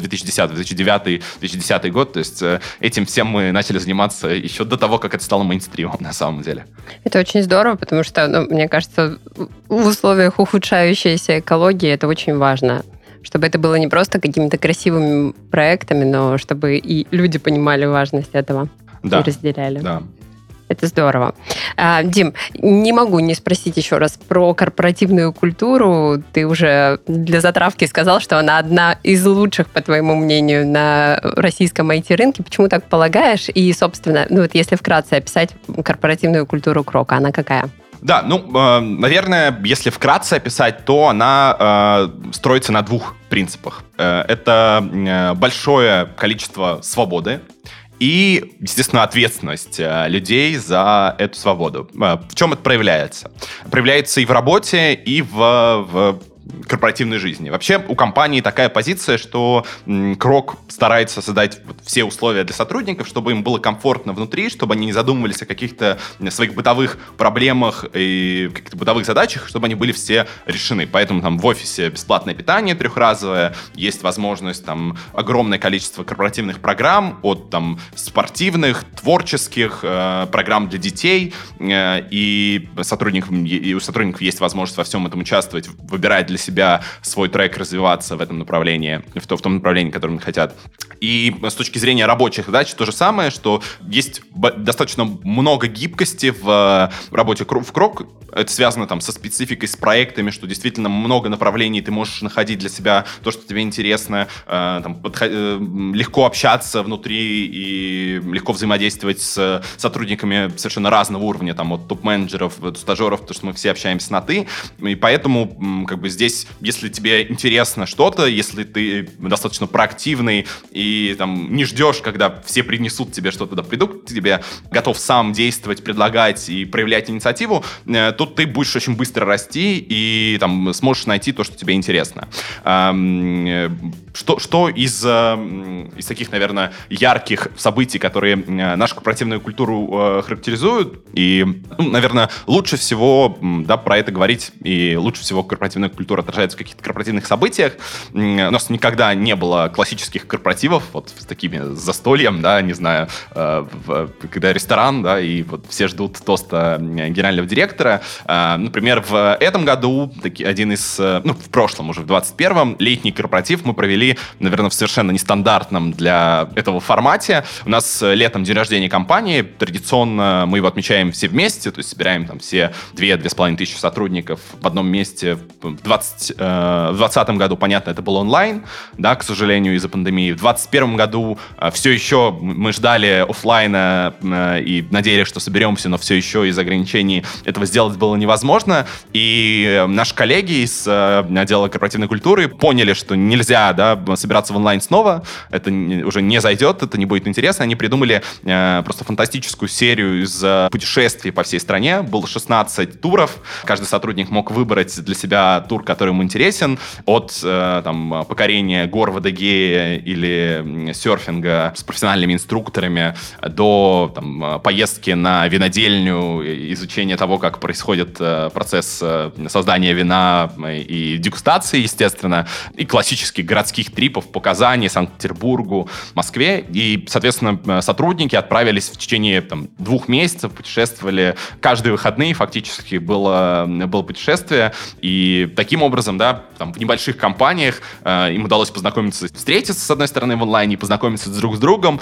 2009-2010 год, то есть этим всем мы начали заниматься еще до того, как это стало мейнстримом на самом деле. Это очень здорово, потому что, мне кажется, в условиях ухудшающейся экологии это очень важно, чтобы это было не просто какими-то красивыми проектами, но чтобы и люди понимали важность этого и разделяли. Да. Это здорово. Дим, не могу не спросить еще раз про корпоративную культуру. Ты уже для затравки сказал, что она одна из лучших, по твоему мнению, на российском IT-рынке. Почему так полагаешь? И, собственно, если вкратце описать корпоративную культуру Крока, она какая? Да, наверное, если вкратце описать, то она строится на 2 принципах. Это большое количество свободы и, естественно, ответственность людей за эту свободу. В чем это проявляется? Проявляется и в работе, и в корпоративной жизни. Вообще у компании такая позиция, что Крок старается создать все условия для сотрудников, чтобы им было комфортно внутри, чтобы они не задумывались о каких-то своих бытовых проблемах и каких-то бытовых задачах, чтобы они были все решены. Поэтому там в офисе бесплатное питание трехразовое, есть возможность там огромное количество корпоративных программ, от там спортивных, творческих, программ для детей, и у сотрудников есть возможность во всем этом участвовать, выбирать для себя свой трек, развиваться в этом направлении, в том направлении, которым они хотят. И с точки зрения рабочих задач то же самое, что есть достаточно много гибкости в работе в Крок. Это связано там со спецификой, с проектами, что действительно много направлений ты можешь находить для себя, то, что тебе интересно, легко общаться внутри и легко взаимодействовать с сотрудниками совершенно разного уровня, там, от топ-менеджеров до стажеров, потому что мы все общаемся на «ты», и поэтому как бы здесь, если тебе интересно что-то, если ты достаточно проактивный и там не ждешь, когда все принесут тебе что-то, да, придут к тебе, готов сам действовать, предлагать и проявлять инициативу, тут ты будешь очень быстро расти и там сможешь найти то, что тебе интересно. Что из таких, наверное, ярких событий, которые нашу корпоративную культуру характеризуют, и, наверное, лучше всего, да, про это говорить, и лучше всего корпоративная культура отражается в каких-то корпоративных событиях. У нас никогда не было классических корпоративов вот с такими застольем, да, не знаю, когда ресторан, да, и вот все ждут тоста генерального директора. Например, в этом году в прошлом уже, в 21-м, летний корпоратив мы провели, наверное, в совершенно нестандартном для этого формате. У нас летом день рождения компании, традиционно мы его отмечаем все вместе, то есть собираем там все 2-2,5 тысячи сотрудников в одном месте. В 2020 году, понятно, это был онлайн, да, к сожалению, из-за пандемии. В 2021 году все еще мы ждали офлайна и надеялись, что соберемся, но все еще из ограничений этого сделать было невозможно. И наши коллеги из отдела корпоративной культуры поняли, что нельзя, да, собираться в онлайн снова, это уже не зайдет, это не будет интересно. Они придумали просто фантастическую серию из путешествий по всей стране. Было 16 туров. Каждый сотрудник мог выбрать для себя тур, который ему интересен, от покорения гор в Адыгее или серфинга с профессиональными инструкторами до поездки на винодельню, изучения того, как происходит процесс создания вина и дегустации, естественно, и классических городских трипов по Казани, Санкт-Петербургу, Москве. И, соответственно, сотрудники отправились в течение 2 месяцев, путешествовали каждые выходные, фактически было путешествие. И таким образом, да, в небольших компаниях им удалось встретиться, с одной стороны, в онлайне, познакомиться друг с другом,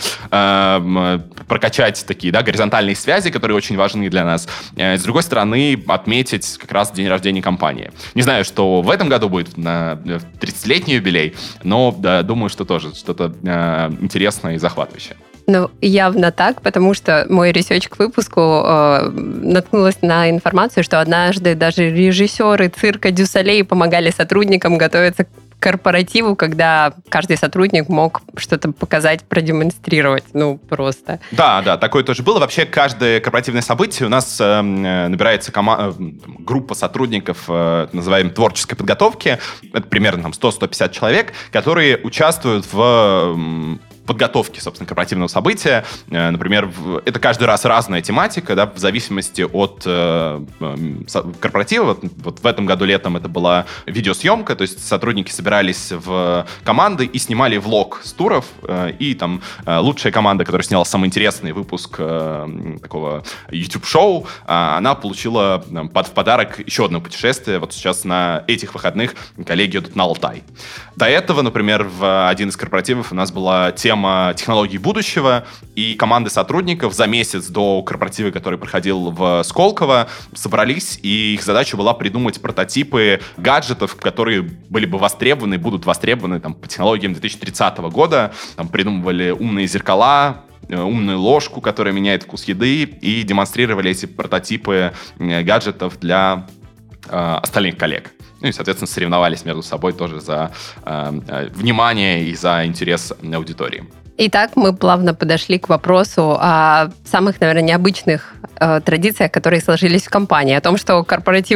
прокачать такие, да, горизонтальные связи, которые очень важны для нас. С другой стороны, отметить как раз день рождения компании. Не знаю, что в этом году будет на 30-летний юбилей, но да, думаю, что тоже что-то интересное и захватывающее. Ну, явно так, потому что мой ресерч к выпуску наткнулась на информацию, что однажды даже режиссеры цирка Дю Солей помогали сотрудникам готовиться к корпоративу, когда каждый сотрудник мог что-то показать, продемонстрировать. Ну, просто. Да, такое тоже было. Вообще, каждое корпоративное событие у нас набирается группа сотрудников, называемой творческой подготовки. Это примерно 100-150 человек, которые участвуют в подготовки, собственно, корпоративного события. Например, это каждый раз разная тематика, да, в зависимости от корпоратива. Вот в этом году летом это была видеосъемка, то есть сотрудники собирались в команды и снимали влог с туров, и там лучшая команда, которая сняла самый интересный выпуск такого YouTube-шоу, она получила в подарок еще одно путешествие. Вот сейчас на этих выходных коллеги идут на Алтай. До этого, например, в один из корпоративов у нас была тема технологий будущего, и команды сотрудников за месяц до корпоратива, который проходил в Сколково, собрались, и их задача была придумать прототипы гаджетов, которые были бы востребованы, будут востребованы по технологиям 2030 года. Там придумывали умные зеркала, умную ложку, которая меняет вкус еды, и демонстрировали эти прототипы гаджетов для остальных коллег. Ну и, соответственно, соревновались между собой тоже за внимание и за интерес аудитории. Итак, мы плавно подошли к вопросу о самых, наверное, необычных традициях, которые сложились в компании. О том, что корпоративы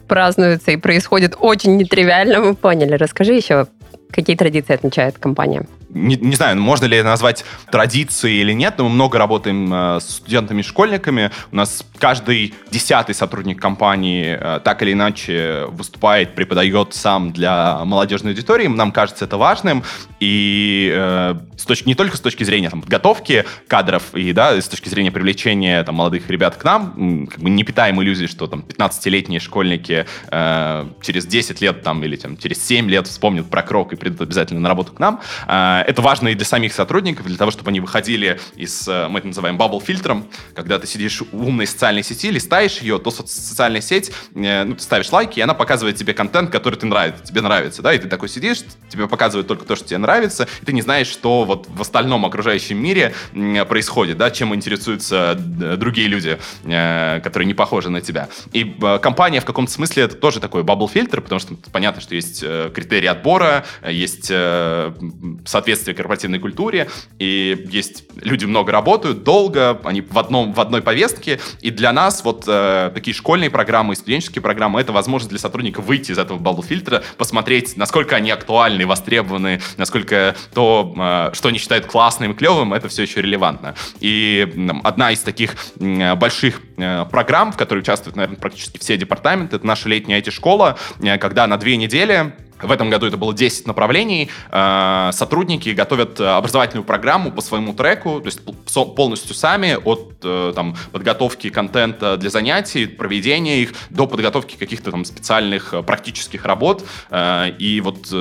празднуются и происходят очень нетривиально, мы поняли. Расскажи еще, какие традиции отмечает компания? Не знаю, можно ли это назвать традицией или нет, но мы много работаем с студентами и школьниками. У нас каждый 10-й сотрудник компании так или иначе выступает, преподает сам для молодежной аудитории. Нам кажется это важным. И не только с точки зрения подготовки кадров и с точки зрения привлечения молодых ребят к нам, не питаем иллюзий, что 15-летние школьники через 10 лет или через 7 лет вспомнят про Крок и придут обязательно на работу к нам. Это важно и для самих сотрудников, для того, чтобы они выходили из, мы это называем бабл-фильтром, когда ты сидишь в умной социальной сети, листаешь ее, то социальная сеть, ты ставишь лайки, и она показывает тебе контент, который тебе нравится, и ты такой сидишь, тебе показывают только то, что тебе нравится, и ты не знаешь, что в остальном окружающем мире происходит, чем интересуются другие люди, которые не похожи на тебя. И компания в каком-то смысле это тоже такой бабл-фильтр, потому что понятно, что есть критерии отбора, есть соответствие корпоративной культуре, и есть люди много работают, долго, они в одной повестке, и для нас такие школьные программы и студенческие программы — это возможность для сотрудников выйти из этого бабл-фильтра, посмотреть, насколько они актуальны, востребованы, насколько то, что они считают классным и клевым, это все еще релевантно. И одна из таких больших программ, в которой участвуют, наверное, практически все департаменты, это наша летняя IT-школа, когда на 2 недели, в этом году это было 10 направлений, сотрудники готовят образовательную программу по своему треку, то есть полностью сами, от подготовки контента для занятий, проведения их, до подготовки каких-то специальных практических работ. И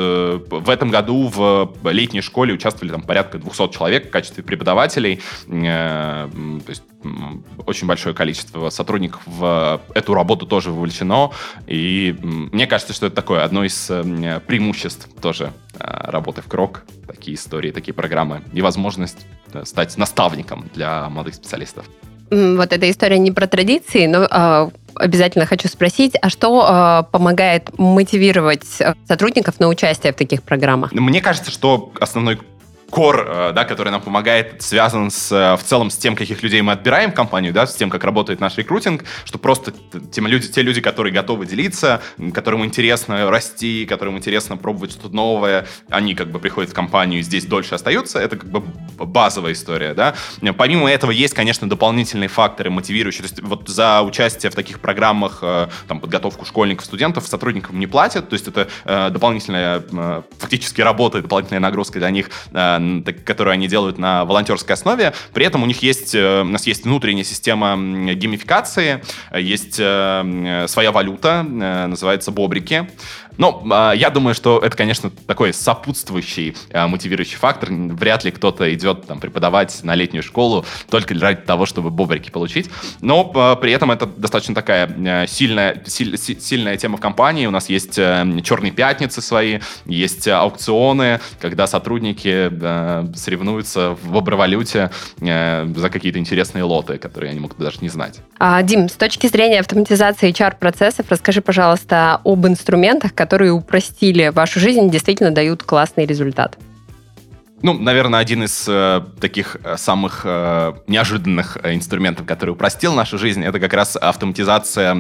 в этом году в летней школе участвовали порядка 200 человек в качестве преподавателей. То есть очень большое количество сотрудников в эту работу тоже вовлечено. И мне кажется, что это такое одно из преимуществ тоже работы в Крок. Такие истории, такие программы. И возможность стать наставником для молодых специалистов. Вот эта история не про традиции, но обязательно хочу спросить, а что помогает мотивировать сотрудников на участие в таких программах? Мне кажется, что основной кор, который нам помогает, связан в целом с тем, каких людей мы отбираем в компанию, с тем, как работает наш рекрутинг, что просто те люди, которые готовы делиться, которым интересно расти, которым интересно пробовать что-то новое, они приходят в компанию и здесь дольше остаются. Это базовая история, Помимо этого есть, конечно, дополнительные факторы мотивирующие. То есть за участие в таких программах, подготовку школьников, студентов, сотрудникам не платят. То есть это дополнительная фактически работа, дополнительная нагрузка для них, которую они делают на волонтерской основе. При этом у нас есть внутренняя система геймификации, есть своя валюта, называется бобрики. Но я думаю, что это, конечно, такой сопутствующий мотивирующий фактор. Вряд ли кто-то идет преподавать на летнюю школу только ради того, чтобы бобрики получить. Но при этом это достаточно такая сильная тема в компании. У нас есть черные пятницы свои, есть аукционы, когда сотрудники соревнуются в бобровалюте за какие-то интересные лоты, которые они могут даже не знать. Дим, с точки зрения автоматизации HR-процессов, расскажи, пожалуйста, об инструментах, которые упростили вашу жизнь, действительно дают классный результат. Наверное, один из таких самых неожиданных инструментов, который упростил нашу жизнь, это как раз автоматизация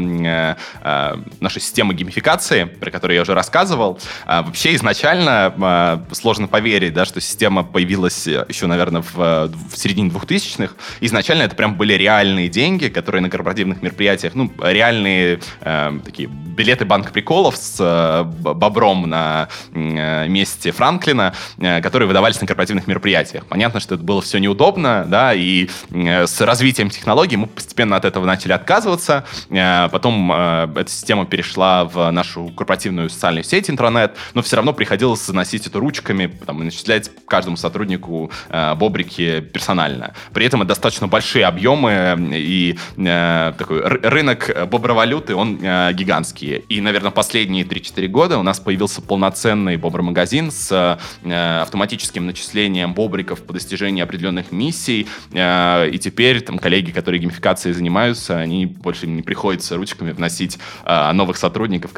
нашей системы геймификации, про которую я уже рассказывал. Вообще, изначально сложно поверить, что система появилась еще, наверное, в середине 2000-х. Изначально это прям были реальные деньги, которые на корпоративных мероприятиях, реальные такие билеты банк приколов с бобром на месте Франклина, которые выдавались на корпоративных мероприятиях. Понятно, что это было все неудобно, и с развитием технологий мы постепенно от этого начали отказываться. Потом эта система перешла в нашу корпоративную социальную сеть интернет, но все равно приходилось заносить это ручками, и начислять каждому сотруднику бобрики персонально. При этом это достаточно большие объемы, и такой рынок бобровалюты, он гигантский. И, наверное, последние 3-4 года у нас появился полноценный бобр-магазин с автоматическим начислением бобриков по достижению определенных миссий. И теперь коллеги, которые геймификацией занимаются, они больше не приходится ручками вносить новых сотрудников,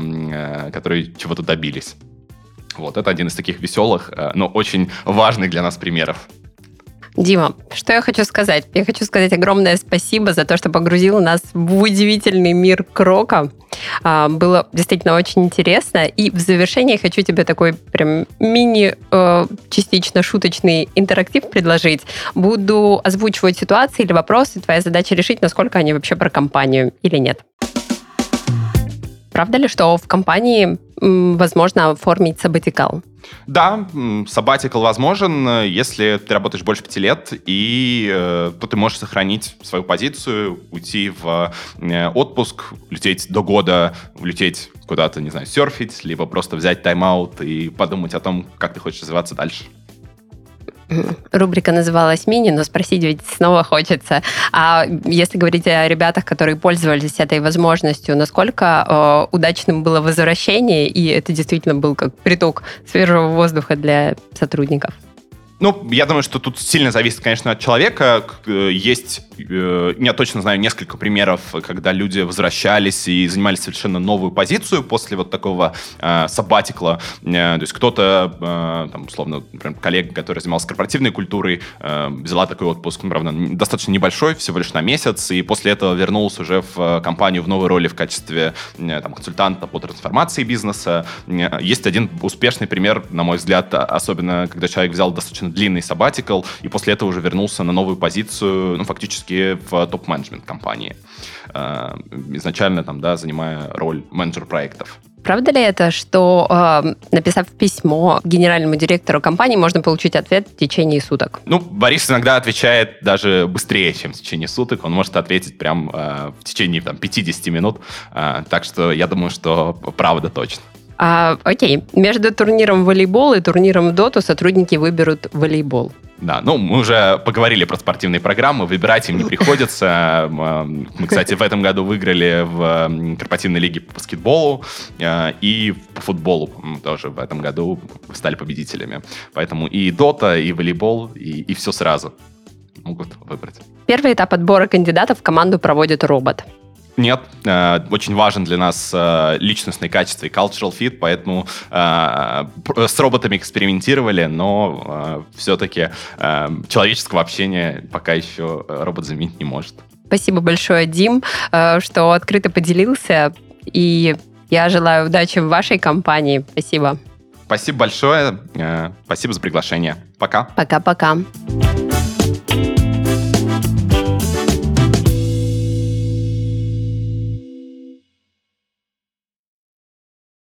которые чего-то добились. Это один из таких веселых, но очень важных для нас примеров. Дима, что я хочу сказать? Я хочу сказать огромное спасибо за то, что погрузил нас в удивительный мир Крока. Было действительно очень интересно. И в завершении хочу тебе такой прям частично шуточный интерактив предложить. Буду озвучивать ситуации или вопросы. Твоя задача решить, насколько они вообще про компанию или нет. Правда ли, что в компании возможно оформить sabbatical? Да, sabbatical возможен, если ты работаешь больше 5 лет, и то ты можешь сохранить свою позицию, уйти в отпуск, лететь до года, улететь куда-то, не знаю, серфить, либо просто взять тайм-аут и подумать о том, как ты хочешь развиваться дальше. Рубрика называлась «Мини», но спросить ведь снова хочется. А если говорить о ребятах, которые пользовались этой возможностью, насколько удачным было возвращение, и это действительно был как приток свежего воздуха для сотрудников? Ну, я думаю, что тут сильно зависит, конечно, от человека. Есть, я точно знаю несколько примеров, когда люди возвращались и занимали совершенно новую позицию после вот такого саббатикла. То есть кто-то, там, условно, например, коллега, который занимался корпоративной культурой, взяла такой отпуск, правда, достаточно небольшой, всего лишь на месяц, и после этого вернулась уже в компанию в новой роли в качестве там, консультанта по трансформации бизнеса. Есть один успешный пример, на мой взгляд, особенно когда человек взял достаточно длинный sabbatical, и после этого уже вернулся на новую позицию, ну, фактически в топ-менеджмент компании. Изначально там, да, занимая роль менеджера проектов. Правда ли это, что, написав письмо генеральному директору компании, можно получить ответ в течение суток? Ну, Борис иногда отвечает даже быстрее, чем в течение суток. Он может ответить прям в течение там, 50 минут. Так что я думаю, что правда точно. Окей. Между турниром в волейбол и турниром в доту сотрудники выберут волейбол. Да, ну, мы уже поговорили про спортивные программы, выбирать им не приходится. Мы, кстати, в этом году выиграли в корпоративной лиге по баскетболу и по футболу тоже в этом году стали победителями. Поэтому и дота, и волейбол, и все сразу могут выбрать. Первый этап отбора кандидатов в команду проводит робот. Нет, очень важен для нас личностные качества и cultural fit, поэтому с роботами экспериментировали, но все-таки человеческого общения пока еще робот заменить не может. Спасибо большое, Дим, что открыто поделился, и я желаю удачи в вашей компании. Спасибо. Спасибо большое, спасибо за приглашение. Пока. Пока-пока.